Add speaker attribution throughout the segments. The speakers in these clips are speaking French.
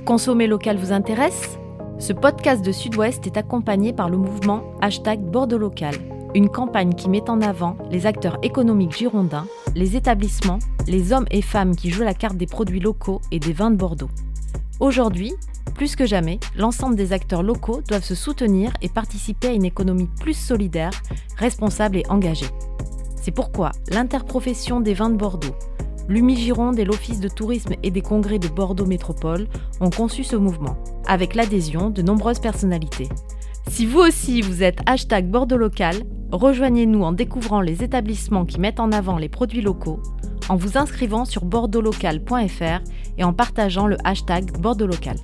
Speaker 1: Consommer local vous intéresse ? Ce podcast de Sud-Ouest est accompagné par le mouvement #Bordeaux Local, une campagne qui met en avant les acteurs économiques girondins, les établissements, les hommes et femmes qui jouent la carte des produits locaux et des vins de Bordeaux. Aujourd'hui, plus que jamais, l'ensemble des acteurs locaux doivent se soutenir et participer à une économie plus solidaire, responsable et engagée. C'est pourquoi l'interprofession des vins de Bordeaux, l'Umi-Gironde et l'Office de tourisme et des congrès de Bordeaux Métropole ont conçu ce mouvement, avec l'adhésion de nombreuses personnalités. Si vous aussi vous êtes #Bordeaux Local, rejoignez-nous en découvrant les établissements qui mettent en avant les produits locaux, en vous inscrivant sur bordeauxlocal.fr et en partageant le #Bordeaux Local.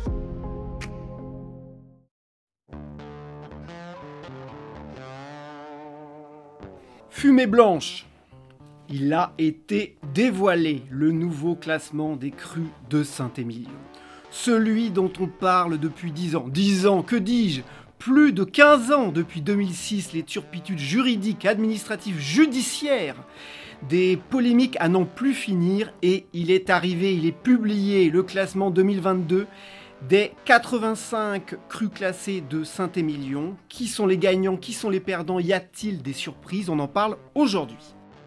Speaker 2: Fumée blanche. Il a été dévoilé, le nouveau classement des crus de Saint-Émilion. Celui dont on parle depuis 10 ans. 10 ans, que dis-je ? Plus de 15 ans depuis 2006, les turpitudes juridiques, administratives, judiciaires, des polémiques à n'en plus finir, et il est arrivé, il est publié, le classement 2022 des 85 crus classés de Saint-Émilion. Qui sont les gagnants, qui sont les perdants ? Y a-t-il des surprises ? On en parle aujourd'hui.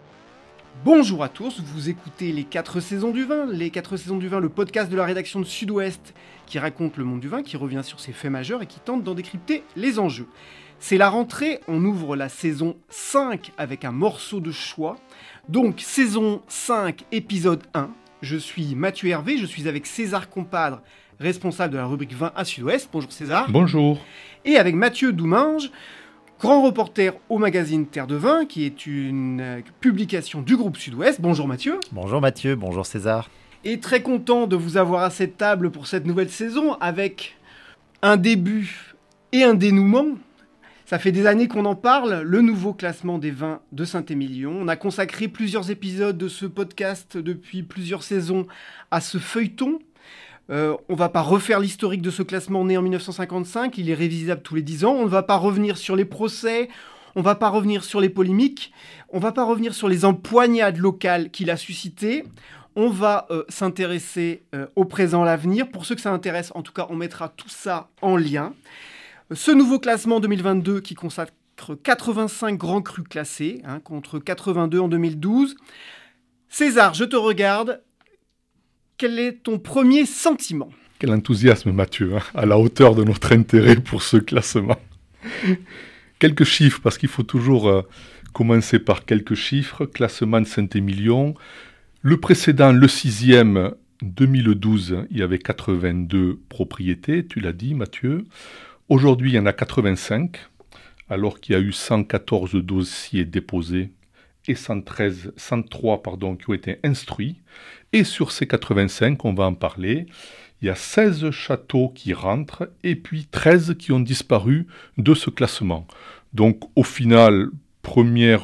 Speaker 2: Bonjour à tous, vous écoutez les 4 saisons du vin, le podcast de la rédaction de Sud-Ouest qui raconte le monde du vin, qui revient sur ses faits majeurs et qui tente d'en décrypter les enjeux. C'est la rentrée, on ouvre la saison 5 avec un morceau de choix. Donc saison 5, épisode 1, je suis Mathieu Hervé, je suis avec César Compadre, responsable de la rubrique vin à Sud-Ouest. Bonjour César.
Speaker 3: Bonjour.
Speaker 2: Et avec Mathieu Douminge, grand reporter au magazine Terre de Vin, qui est une publication du groupe Sud-Ouest. Bonjour Mathieu.
Speaker 4: Bonjour Mathieu, bonjour César.
Speaker 2: Et très content de vous avoir à cette table pour cette nouvelle saison, avec un début et un dénouement. Ça fait des années qu'on en parle, le nouveau classement des vins de Saint-Émilion. On a consacré plusieurs épisodes de ce podcast depuis plusieurs saisons à ce feuilleton. On ne va pas refaire l'historique de ce classement né en 1955, il est révisable tous les 10 ans. On ne va pas revenir sur les procès, on ne va pas revenir sur les polémiques, on ne va pas revenir sur les empoignades locales qu'il a suscitées. On va s'intéresser au présent, à l'avenir. Pour ceux que ça intéresse, en tout cas, on mettra tout ça en lien. Ce nouveau classement 2022 qui consacre 85 grands crus classés, contre 82 en 2012. César, je te regarde. Quel est ton premier sentiment ?
Speaker 3: Quel enthousiasme Mathieu, à la hauteur de notre intérêt pour ce classement. Quelques chiffres, parce qu'il faut toujours commencer par quelques chiffres. Classement de Saint-Émilion. Le précédent, le 6e, 2012, il y avait 82 propriétés, tu l'as dit Mathieu. Aujourd'hui, il y en a 85, alors qu'il y a eu 114 dossiers déposés et 103 qui ont été instruits. Et sur ces 85, on va en parler, il y a 16 châteaux qui rentrent et puis 13 qui ont disparu de ce classement. Donc au final, première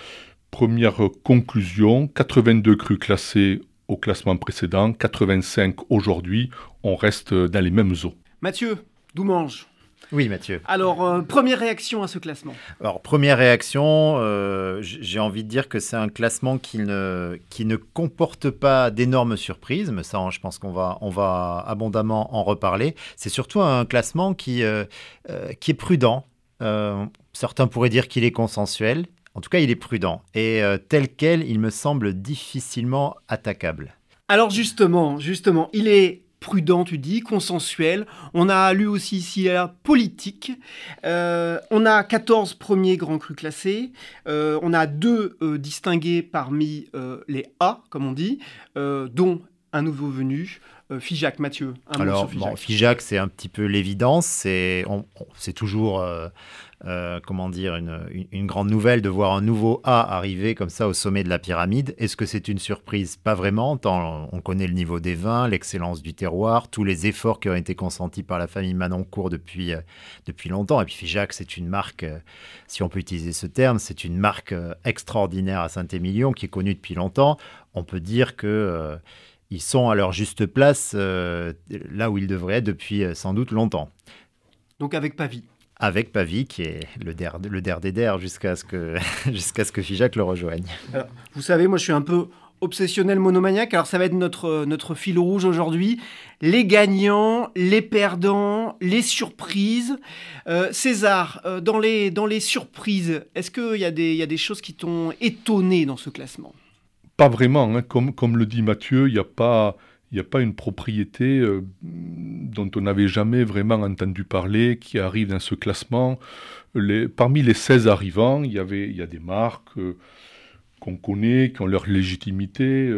Speaker 3: conclusion, 82 crus classés au classement précédent, 85 aujourd'hui, on reste dans les mêmes eaux.
Speaker 2: Mathieu Douminge.
Speaker 4: Oui, Mathieu.
Speaker 2: Alors, première réaction à ce classement ?
Speaker 4: Alors, première réaction, j'ai envie de dire que c'est un classement qui ne comporte pas d'énormes surprises, mais ça, je pense qu'on va abondamment en reparler. C'est surtout un classement qui est prudent. Certains pourraient dire qu'il est consensuel. En tout cas, il est prudent. Et tel quel, il me semble difficilement attaquable.
Speaker 2: Alors justement, il est prudent, tu dis, consensuel. On a lu aussi ici la politique. On a 14 premiers grands crus classés. On a 2 distingués parmi les A, comme on dit, dont un nouveau venu, Figeac. Mathieu, un mot sur Figeac.
Speaker 4: Figeac, c'est un petit peu l'évidence. C'est toujours... une grande nouvelle de voir un nouveau A arriver comme ça au sommet de la pyramide. Est-ce que c'est une surprise ? Pas vraiment, tant on connaît le niveau des vins, l'excellence du terroir, tous les efforts qui ont été consentis par la famille Manoncourt depuis longtemps. Et puis Figeac, c'est une marque, si on peut utiliser ce terme, c'est une marque extraordinaire à Saint-Émilion qui est connue depuis longtemps. On peut dire que ils sont à leur juste place là où ils devraient être depuis sans doute longtemps.
Speaker 2: Donc avec Pavie.
Speaker 4: Avec Pavie, qui est le der des der jusqu'à ce que Figeac le rejoigne.
Speaker 2: Alors, vous savez, moi je suis un peu obsessionnel monomaniaque. Alors ça va être notre fil rouge aujourd'hui. Les gagnants, les perdants, les surprises. César, dans les surprises, est-ce qu'il y a des choses qui t'ont étonné dans ce classement ?
Speaker 3: Pas vraiment, hein. Comme le dit Mathieu, il n'y a pas une propriété dont on n'avait jamais vraiment entendu parler qui arrive dans ce classement. Parmi les 16 arrivants, il y a des marques qu'on connaît, qui ont leur légitimité.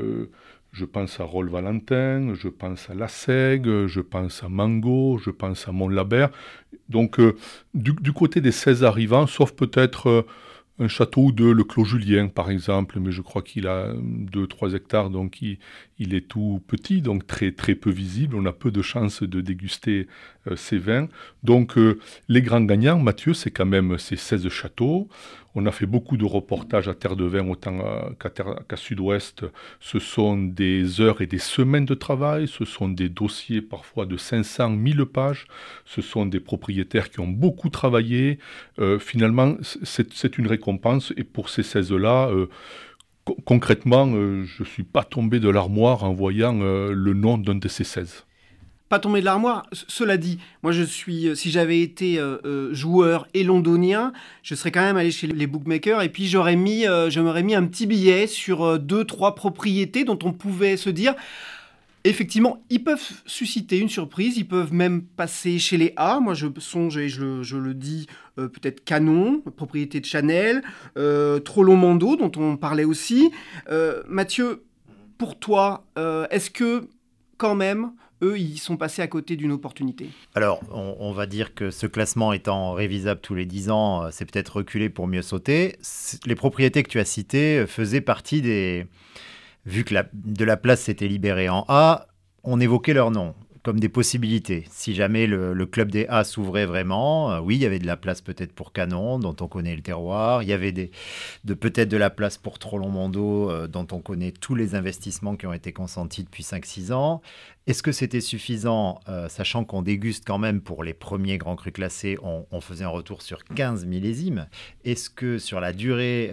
Speaker 3: Je pense à Roll Valentin, je pense à La Seigue, je pense à Mango, je pense à Montlabert. Donc, du côté des 16 arrivants, sauf peut-être un château ou deux, le Clos Julien par exemple, mais je crois qu'il a 2-3 hectares, donc il est tout petit, donc très, très peu visible. On a peu de chances de déguster ces vins. Donc les grands gagnants, Mathieu, c'est quand même ces 16 châteaux. On a fait beaucoup de reportages à Terre de Vin, autant qu'à Sud-Ouest. Ce sont des heures et des semaines de travail, ce sont des dossiers parfois de 500, 1000 pages, ce sont des propriétaires qui ont beaucoup travaillé. Finalement, c'est une récompense, et pour ces 16-là, concrètement, je ne suis pas tombé de l'armoire en voyant le nom d'un de ces 16.
Speaker 2: Pas tombé de l'armoire. Cela dit, moi si j'avais été joueur et londonien, je serais quand même allé chez les bookmakers et puis je m'aurais mis un petit billet sur 2-3 propriétés dont on pouvait se dire, effectivement, ils peuvent susciter une surprise, ils peuvent même passer chez les A. Moi, je songe, et je le dis, peut-être Canon, propriété de Chanel, Trollon-Mando, dont on parlait aussi. Mathieu, pour toi, est-ce que, quand même, eux, ils sont passés à côté d'une opportunité?
Speaker 4: Alors, on va dire que ce classement étant révisable tous les 10 ans, c'est peut-être reculé pour mieux sauter. Les propriétés que tu as citées faisaient partie des... Vu que de la place s'était libérée en A, on évoquait leur nom comme des possibilités. Si jamais le club des A s'ouvrait vraiment, oui, il y avait de la place peut-être pour Canon, dont on connaît le terroir. Il y avait peut-être de la place pour Trollon-Mando, dont on connaît tous les investissements qui ont été consentis depuis 5-6 ans. Est-ce que c'était suffisant, sachant qu'on déguste quand même pour les premiers grands crus classés, on faisait un retour sur 15 millésimes. Est-ce que sur la durée,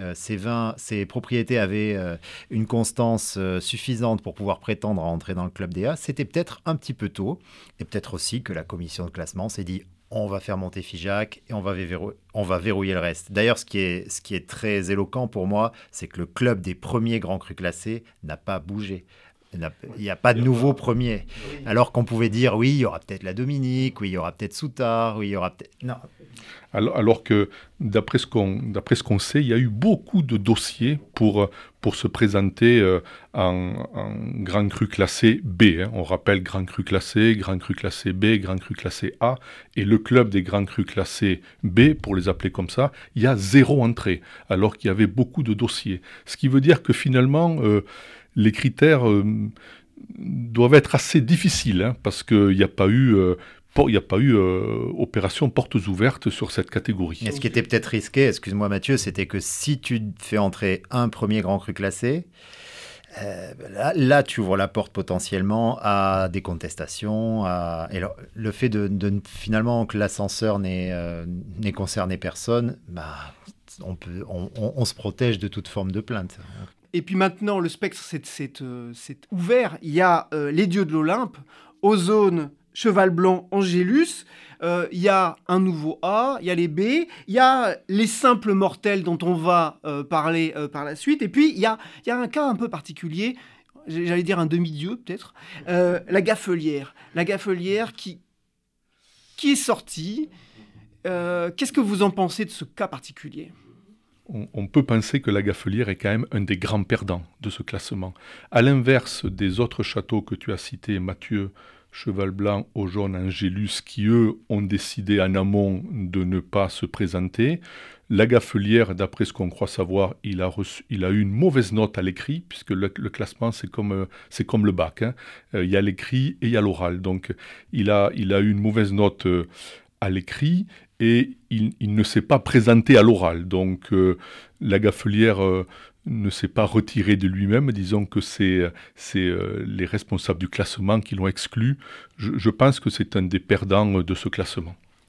Speaker 4: ces propriétés avaient une constance suffisante pour pouvoir prétendre à entrer dans le club des A? C'était peut-être un petit peu tôt, et peut-être aussi que la commission de classement s'est dit on va faire monter Figeac et on va verrouiller le reste. D'ailleurs, ce qui est très éloquent pour moi, c'est que le club des premiers grands crus classés n'a pas bougé. Il n'y a pas de nouveau premier. Alors qu'on pouvait dire, oui, il y aura peut-être la Dominique, oui, il y aura peut-être Soutard, oui, il y aura peut-être... Non.
Speaker 3: Alors que, d'après ce qu'on sait, il y a eu beaucoup de dossiers pour se présenter en Grand Cru classé B. Hein. On rappelle Grand Cru classé B, Grand Cru classé A. Et le club des Grands Crus classés B, pour les appeler comme ça, il y a 0 entrée, alors qu'il y avait beaucoup de dossiers. Ce qui veut dire que finalement... les critères doivent être assez difficiles, hein, parce qu'il n'y a pas eu opération portes ouvertes sur cette catégorie.
Speaker 4: Et ce qui était peut-être risqué, excuse-moi Mathieu, c'était que si tu fais entrer un premier grand cru classé, là tu ouvres la porte potentiellement à des contestations. Et le fait de finalement que l'ascenseur n'ait concerné personne, on se protège de toute forme de plainte.
Speaker 2: Et puis maintenant, le spectre s'est ouvert. Il y a les dieux de l'Olympe, Ozone, Cheval Blanc, Angélus. Il y a un nouveau A, il y a les B, il y a les simples mortels dont on va parler par la suite. Et puis, il y a un cas un peu particulier, j'allais dire un demi-dieu peut-être, la Gaffelière. La Gaffelière qui est sortie. Qu'est-ce que vous en pensez de ce cas particulier ?
Speaker 3: On peut penser que la Gaffelière est quand même un des grands perdants de ce classement. À l'inverse des autres châteaux que tu as cités, Mathieu, Cheval Blanc, Ozone, Angélus, qui eux ont décidé en amont de ne pas se présenter, la Gaffelière, d'après ce qu'on croit savoir, il a eu une mauvaise note à l'écrit, puisque le classement c'est comme le bac, hein. Il y a l'écrit et il y a l'oral. Donc il a eu une mauvaise note à l'écrit, et il ne s'est pas présenté à l'oral. Donc la Gaffelière ne s'est pas retiré de lui-même. Disons que c'est les responsables du classement qui l'ont exclu. Je pense que c'est un des perdants de ce classement.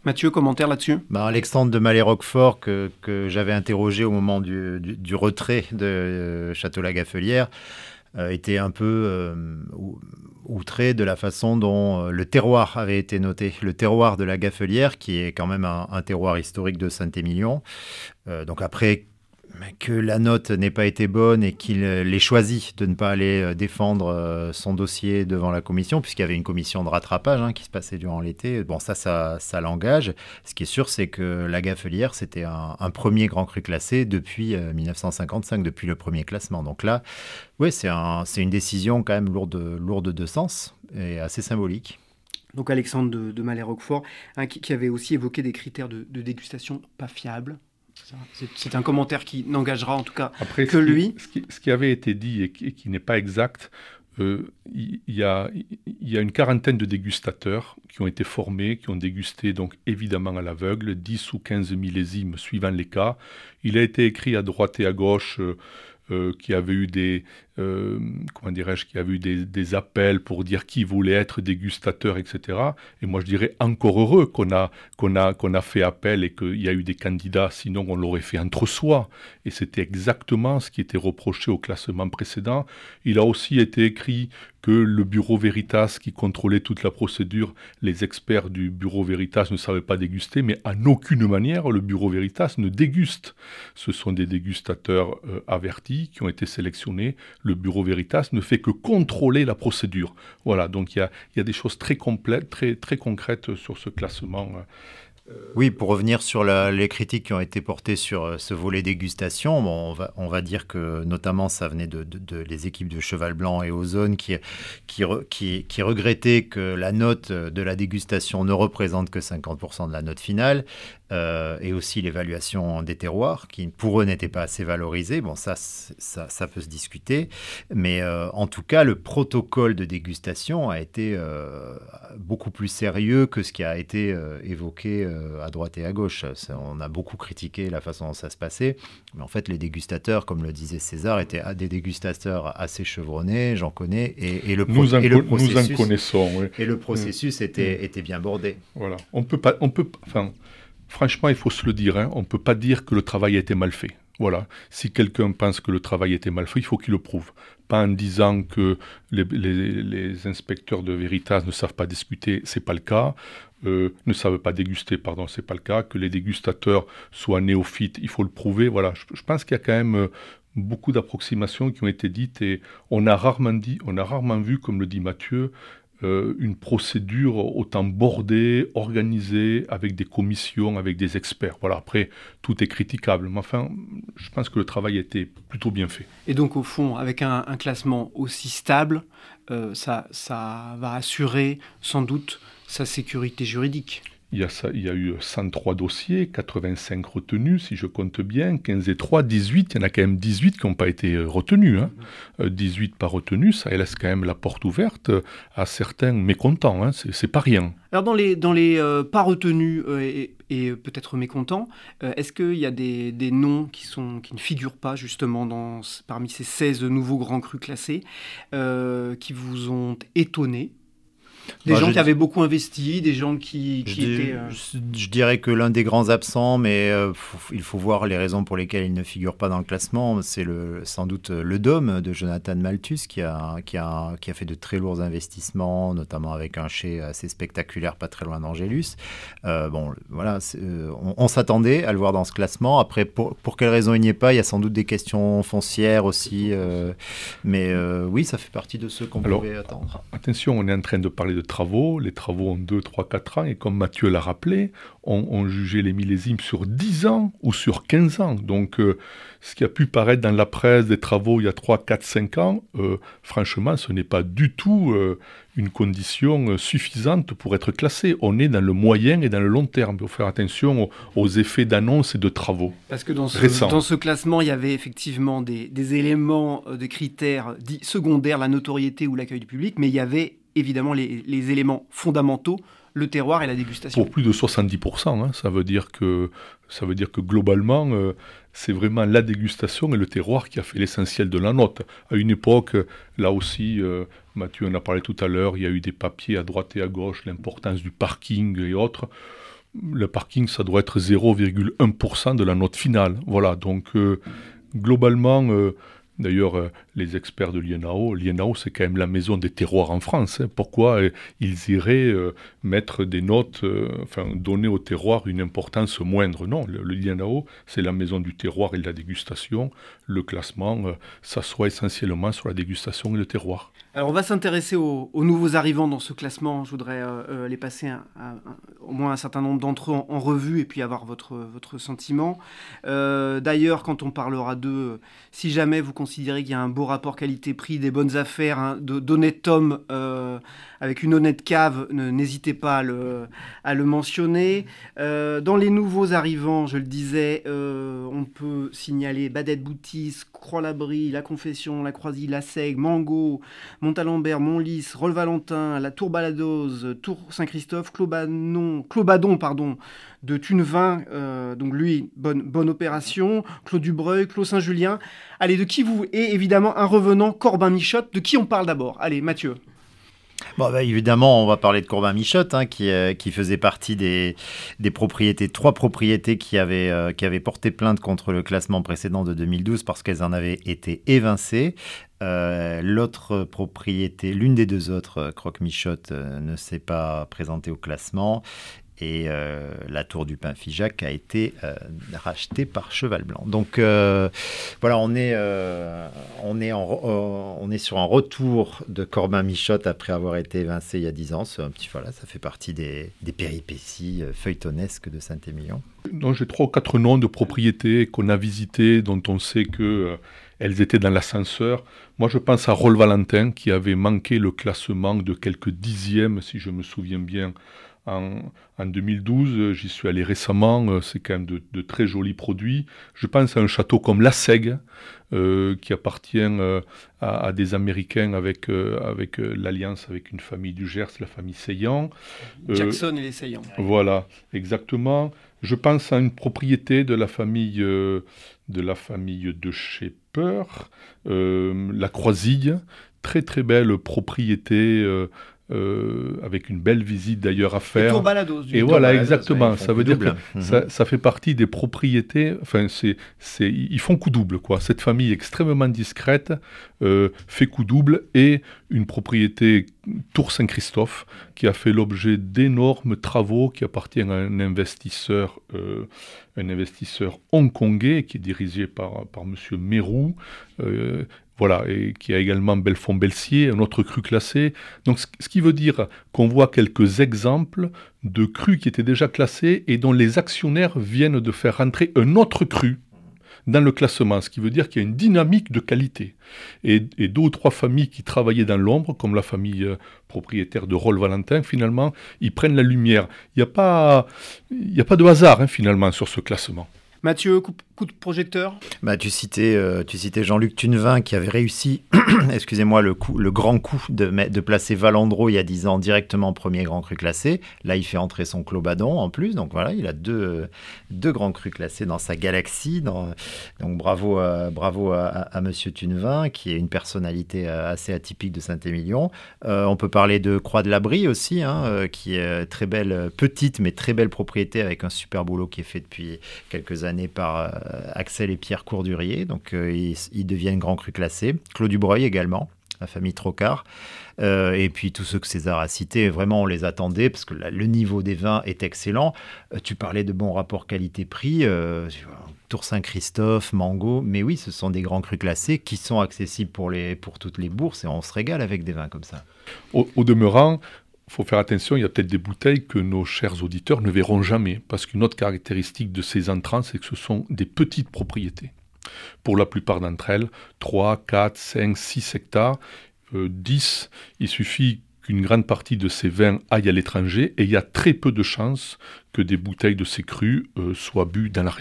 Speaker 2: Mathieu, commentaire là-dessus ?
Speaker 4: Alexandre de Mallet-Roquefort, que j'avais interrogé au moment du retrait de Château-la-Gaffelière, était un peu outré de la façon dont le terroir avait été noté. Le terroir de la Gaffelière, qui est quand même un terroir historique de Saint-Émilion. Donc après que la note n'ait pas été bonne et qu'il ait choisi de ne pas aller défendre son dossier devant la commission, puisqu'il y avait une commission de rattrapage qui se passait durant l'été. Bon, ça l'engage. Ce qui est sûr, c'est que la Gaffelière, c'était un premier grand cru classé depuis 1955, depuis le premier classement. Donc là, oui, c'est une décision quand même lourde de sens et assez symbolique.
Speaker 2: Donc Alexandre de Mallet-Roquefort, qui avait aussi évoqué des critères de dégustation pas fiables. C'est un commentaire qui n'engagera en tout cas
Speaker 3: Après,
Speaker 2: que lui.
Speaker 3: Ce qui avait été dit et qui n'est pas exact, il y a une quarantaine de dégustateurs qui ont été formés, qui ont dégusté donc évidemment à l'aveugle, 10 ou 15 millésimes suivant les cas. Il a été écrit à droite et à gauche qui avait eu des appels pour dire qui voulait être dégustateur, etc. Et moi je dirais encore heureux qu'on a fait appel et qu'il y a eu des candidats, sinon on l'aurait fait entre soi. Et c'était exactement ce qui était reproché au classement précédent. Il a aussi été écrit que le Bureau Veritas qui contrôlait toute la procédure, les experts du Bureau Veritas ne savaient pas déguster, mais en aucune manière le Bureau Veritas ne déguste. Ce sont des dégustateurs avertis qui ont été sélectionnés. Le Bureau Veritas ne fait que contrôler la procédure. Voilà, donc il y a des choses très complètes, très concrètes sur ce classement.
Speaker 4: Oui, pour revenir sur les critiques qui ont été portées sur ce volet dégustation, on va dire que notamment ça venait de les équipes de Cheval Blanc et Ozone qui regrettaient que la note de la dégustation ne représente que 50% de la note finale. Et aussi l'évaluation des terroirs, qui pour eux n'était pas assez valorisée. Bon, ça peut se discuter. Mais en tout cas, le protocole de dégustation a été beaucoup plus sérieux que ce qui a été évoqué à droite et à gauche. On a beaucoup critiqué la façon dont ça se passait. Mais en fait, les dégustateurs, comme le disait César, étaient des dégustateurs assez chevronnés, j'en connais.
Speaker 3: Nous en connaissons, oui.
Speaker 4: Et le processus était bien bordé.
Speaker 3: Voilà. Franchement, il faut se le dire, on ne peut pas dire que le travail a été mal fait. Voilà. Si quelqu'un pense que le travail a été mal fait, il faut qu'il le prouve. Pas en disant que les inspecteurs de Veritas ne savent pas discuter, ce n'est pas le cas. Ne savent pas déguster, pardon, ce n'est pas le cas. Que les dégustateurs soient néophytes, il faut le prouver. Voilà. Je pense qu'il y a quand même beaucoup d'approximations qui ont été dites et on a rarement vu, comme le dit Mathieu, une procédure autant bordée, organisée, avec des commissions, avec des experts. Voilà, après, tout est critiquable. Mais enfin, je pense que le travail a été plutôt bien fait.
Speaker 2: Et donc, au fond, avec un classement aussi stable, ça va assurer sans doute sa sécurité juridique.
Speaker 3: Il y a eu 103 dossiers, 85 retenus, si je compte bien, 15 et 3, 18. Il y en a quand même 18 qui n'ont pas été retenus. 18 pas retenus, ça laisse quand même la porte ouverte à certains mécontents. C'est pas rien.
Speaker 2: Alors dans les pas retenus et peut-être mécontents, est-ce qu'il y a des noms qui ne figurent pas justement parmi ces 16 nouveaux grands crus classés qui vous ont étonné ? Des gens qui avaient beaucoup investi, des gens qui étaient...
Speaker 4: Je dirais que l'un des grands absents, mais il faut voir les raisons pour lesquelles il ne figure pas dans le classement, c'est sans doute le Dôme de Jonathan Malthus qui a fait de très lourds investissements, notamment avec un chai assez spectaculaire pas très loin d'Angélus. Voilà, on s'attendait à le voir dans ce classement. Après, pour quelles raisons il n'y est pas, il y a sans doute des questions foncières aussi. Mais oui, ça fait partie de ceux qu'on pouvait attendre.
Speaker 3: Attention, on est en train de parler de travaux. Les travaux ont 2, 3, 4 ans. Et comme Mathieu l'a rappelé, on jugeait les millésimes sur 10 ans ou sur 15 ans. Donc, ce qui a pu paraître dans la presse des travaux il y a 3, 4, 5 ans, franchement, ce n'est pas du tout une condition suffisante pour être classé. On est dans le moyen et dans le long terme. Il faut faire attention aux effets d'annonce et de travaux.
Speaker 2: Parce que dans ce classement, il y avait effectivement des éléments, des critères dits secondaires, la notoriété ou l'accueil du public, mais il y avait évidemment les éléments fondamentaux, le terroir et la dégustation.
Speaker 3: Pour plus de 70%, ça veut dire que globalement, c'est vraiment la dégustation et le terroir qui a fait l'essentiel de la note. À une époque, là aussi, Mathieu en a parlé tout à l'heure, il y a eu des papiers à droite et à gauche, l'importance du parking et autres. le parking, ça doit être 0,1% de la note finale. Voilà, donc globalement, d'ailleurs, les experts de l'INAO, c'est quand même la maison des terroirs en France. Pourquoi ils iraient mettre des notes, donner au terroir une importance moindre? Non, l'INAO, c'est la maison du terroir et de la dégustation. Le classement s'assoit essentiellement sur la dégustation et le terroir.
Speaker 2: Alors on va s'intéresser aux nouveaux arrivants dans ce classement. Je voudrais les passer au moins un certain nombre d'entre eux en revue et puis avoir votre sentiment. D'ailleurs, quand on parlera d'eux, si jamais vous considérez qu'il y a un beau rapport qualité-prix, des bonnes affaires, d'honnêtes hommes avec une honnête cave, n'hésitez pas à le mentionner. Dans les nouveaux arrivants, je le disais, on peut signaler Badet Boutis, Croix-Labrie, La Confession, La Croisille, La Seigue, Mango, Montalembert, Montlis, Rolle-Valentin, la Tour Baladose, Tour Saint-Christophe, Clobadon, de Tunevin, donc lui, bonne opération, Clos Dubreuil, Clos Saint-Julien. Allez, de qui vous... Et évidemment, un revenant, Corbin Michotte. De qui on parle d'abord? Allez, Mathieu.
Speaker 4: Bon, évidemment, on va parler de Corbin Michotte, qui faisait partie des propriétés, 3 propriétés qui avaient porté plainte contre le classement précédent de 2012 parce qu'elles en avaient été évincées. L'autre propriété, l'une des 2 autres, Croque Michotte, ne s'est pas présentée au classement. Et la tour du Pin Figeac a été rachetée par Cheval Blanc. Donc voilà, on est sur un retour de Corbin Michotte après avoir été évincé il y a 10 ans. Ça fait partie des péripéties feuilletonesques de Saint-Émilion.
Speaker 3: Donc, j'ai 3 ou 4 noms de propriétés qu'on a visitées, dont on sait qu'elles étaient dans l'ascenseur. Moi, je pense à Rolle-Valentin, qui avait manqué le classement de quelques dixièmes, si je me souviens bien, en 2012, j'y suis allé récemment, c'est quand même de très jolis produits. Je pense à un château comme La Seigue, qui appartient à des Américains avec l'alliance avec une famille du Gers, la famille Seillant.
Speaker 2: Jackson et les Seillant.
Speaker 3: Voilà, exactement. Je pense à une propriété de la famille de Schepper, la Croisille, très très belle propriété. Avec une belle visite d'ailleurs à faire.
Speaker 2: Tour Balados.
Speaker 3: Et voilà, exactement. Ça veut dire que ça fait partie des propriétés. Enfin, ils font coup double, quoi. Cette famille extrêmement discrète fait coup double, et une propriété Tour Saint-Christophe qui a fait l'objet d'énormes travaux, qui appartient à un investisseur hongkongais qui est dirigé par Monsieur Mérou. Voilà, et qui a également Belfond-Belsier, un autre cru classé. Donc, ce qui veut dire qu'on voit quelques exemples de crus qui étaient déjà classés et dont les actionnaires viennent de faire rentrer un autre cru dans le classement, ce qui veut dire qu'il y a une dynamique de qualité. Et 2 ou 3 familles qui travaillaient dans l'ombre, comme la famille propriétaire de Rolle-Valentin, finalement, ils prennent la lumière. Il n'y a pas de hasard, finalement, sur ce classement.
Speaker 2: Mathieu, coup de projecteur.
Speaker 4: Tu citais Jean-Luc Tunevin qui avait réussi, excusez-moi, le grand coup de placer Valandro il y a 10 ans directement premier grand cru classé. Là, il fait entrer son Clobadon en plus. Donc voilà, il a deux grands crus classés dans sa galaxie. Donc bravo à Monsieur Tunevin, qui est une personnalité assez atypique de Saint-Émilion. On peut parler de Croix de Labrie aussi, qui est très belle, petite mais très belle propriété avec un super boulot qui est fait depuis quelques années par Axel et Pierre Courdurier, donc ils deviennent grands crus classés. Clos Dubreuil également, la famille Trocard. Et puis tous ceux que César a cités, vraiment on les attendait parce que le niveau des vins est excellent. Tu parlais de bons rapports qualité-prix, Tour Saint-Christophe, Mango, mais oui, ce sont des grands crus classés qui sont accessibles pour toutes les bourses et on se régale avec des vins comme ça.
Speaker 3: Au demeurant, il faut faire attention, il y a peut-être des bouteilles que nos chers auditeurs ne verront jamais, parce qu'une autre caractéristique de ces entrants, c'est que ce sont des petites propriétés. Pour la plupart d'entre elles, 3, 4, 5, 6 hectares, 10, il suffit qu'une grande partie de ces vins aille à l'étranger, et il y a très peu de chances que des bouteilles de ces crus soient bues dans la région.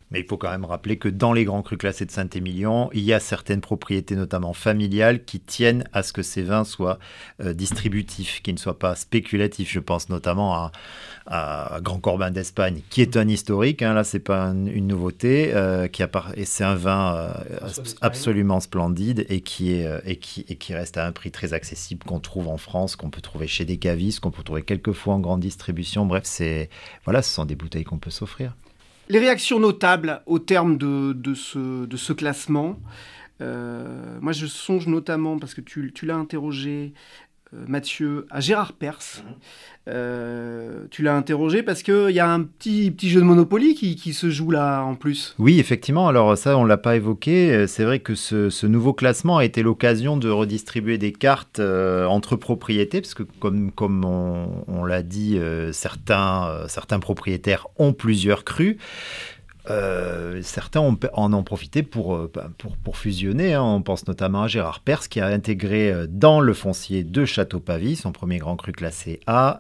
Speaker 4: Mais il faut quand même rappeler que dans les grands crus classés de Saint-Émilion, il y a certaines propriétés, notamment familiales, qui tiennent à ce que ces vins soient distributifs, qui ne soient pas spéculatifs. Je pense notamment à Grand Corbin d'Espagne, qui est un historique. Là, c'est pas une nouveauté. Et c'est un vin absolument splendide et qui reste à un prix très accessible qu'on trouve en France, qu'on peut trouver chez des cavistes, qu'on peut trouver quelquefois en grande distribution. Bref, ce sont des bouteilles qu'on peut s'offrir.
Speaker 2: Les réactions notables au terme de ce classement, moi je songe notamment, parce que tu l'as interrogé, Mathieu, à Gérard Perse. Tu l'as interrogé parce qu'il y a un petit jeu de Monopoly qui se joue là en plus.
Speaker 4: Oui, effectivement. Alors ça, on ne l'a pas évoqué. C'est vrai que ce nouveau classement a été l'occasion de redistribuer des cartes entre propriétés, parce que comme on l'a dit, certains propriétaires ont plusieurs crus. Certains en ont profité pour fusionner. On pense notamment à Gérard Perse qui a intégré dans le foncier de Château-Pavie, son premier grand cru classé A,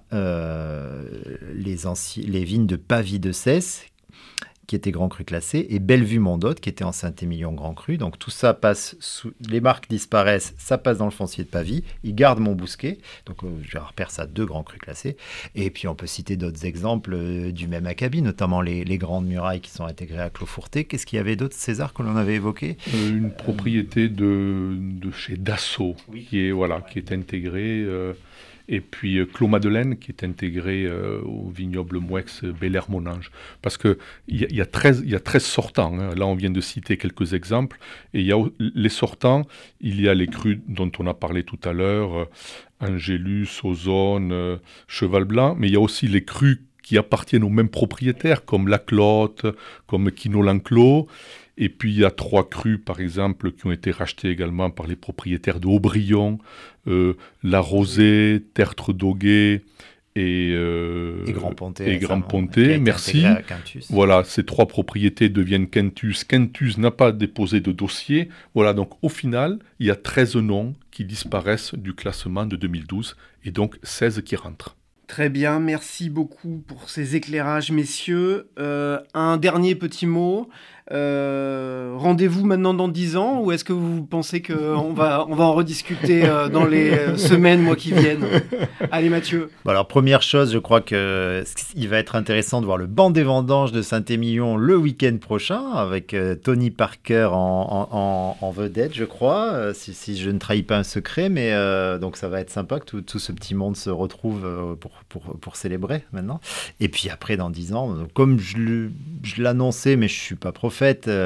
Speaker 4: les vignes de Pavie de Cesse, qui était grand cru classé, et Bellevue-Mondotte, qui était en Saint-Émilion grand cru. Donc tout ça passe, les marques disparaissent, ça passe dans le foncier de Pavie. Ils gardent Montbousquet, donc Gérard Perse a 2 grands crus classés. Et puis on peut citer d'autres exemples du même acabit, notamment les grandes murailles qui sont intégrées à Clos-Fourté. Qu'est-ce qu'il y avait d'autre, César, que l'on avait évoqué ?
Speaker 3: Une propriété de chez Dassault, oui, qui est intégrée... Et puis Clos Madeleine qui est intégré au vignoble Mouex Bel-Air-Monange. Parce qu'il y a 13 sortants. Là, on vient de citer quelques exemples. Et il y a les sortants, il y a les crus dont on a parlé tout à l'heure, Angélus, Ozone, Cheval Blanc. Mais il y a aussi les crus qui appartiennent aux mêmes propriétaires, comme La Clotte, comme Quinault-L'Enclos. Et puis il y a 3 crus, par exemple, qui ont été rachetés également par les propriétaires de Aubryon, La Rosée, Tertre d'Auguet et Grand Pontet. Merci. Voilà, ces 3 propriétés deviennent Quintus. Quintus n'a pas déposé de dossier. Voilà, donc au final, il y a 13 noms qui disparaissent du classement de 2012 et donc 16 qui rentrent.
Speaker 2: Très bien, merci beaucoup pour ces éclairages, messieurs. Un dernier petit mot. Rendez-vous maintenant dans 10 ans, ou est-ce que vous pensez qu'on va en rediscuter dans les semaines, mois qui viennent ? Allez, Mathieu.
Speaker 4: Alors, première chose, je crois qu'il va être intéressant de voir le banc des vendanges de Saint-Émilion le week-end prochain, avec Tony Parker en vedette, je crois, si je ne trahis pas un secret, mais donc ça va être sympa que tout ce petit monde se retrouve pour célébrer maintenant. Et puis après, dans 10 ans, comme je l'annonçais, mais je ne suis pas prophète,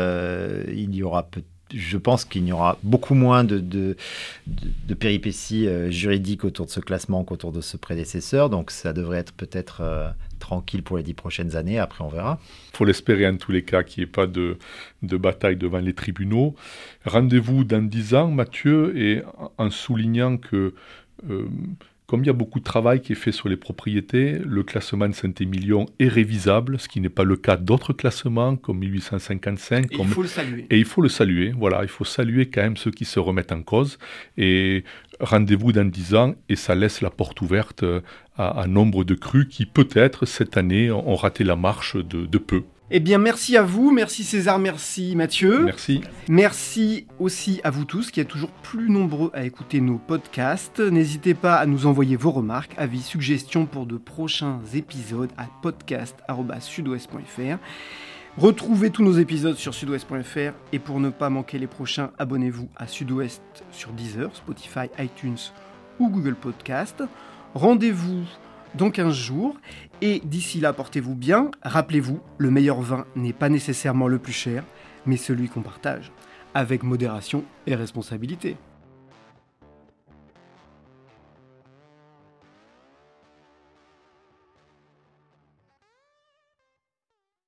Speaker 4: je pense qu'il y aura beaucoup moins de péripéties juridiques autour de ce classement qu'autour de ce prédécesseur. Donc ça devrait être peut-être tranquille pour les 10 prochaines années. Après, on verra.
Speaker 3: Il faut l'espérer en tous les cas qu'il n'y ait pas de bataille devant les tribunaux. Rendez-vous dans 10 ans, Mathieu, et en soulignant que... Comme il y a beaucoup de travail qui est fait sur les propriétés, le classement de Saint-Émilion est révisable, ce qui n'est pas le cas d'autres classements, comme 1855.
Speaker 2: Il faut le saluer.
Speaker 3: Et il faut le saluer, voilà, il faut saluer quand même ceux qui se remettent en cause. Et rendez-vous dans 10 ans, et ça laisse la porte ouverte à nombre de crus qui, peut-être, cette année, ont raté la marche de peu.
Speaker 2: Eh bien, merci à vous, merci César, merci Mathieu.
Speaker 3: Merci.
Speaker 2: Merci aussi à vous tous qui êtes toujours plus nombreux à écouter nos podcasts. N'hésitez pas à nous envoyer vos remarques, avis, suggestions pour de prochains épisodes à podcast@sudouest.fr. Retrouvez tous nos épisodes sur sudouest.fr et pour ne pas manquer les prochains, abonnez-vous à Sud-Ouest sur Deezer, Spotify, iTunes ou Google Podcast. Rendez-vous dans 15 jours. Et d'ici là, portez-vous bien. Rappelez-vous, le meilleur vin n'est pas nécessairement le plus cher, mais celui qu'on partage, avec modération et responsabilité.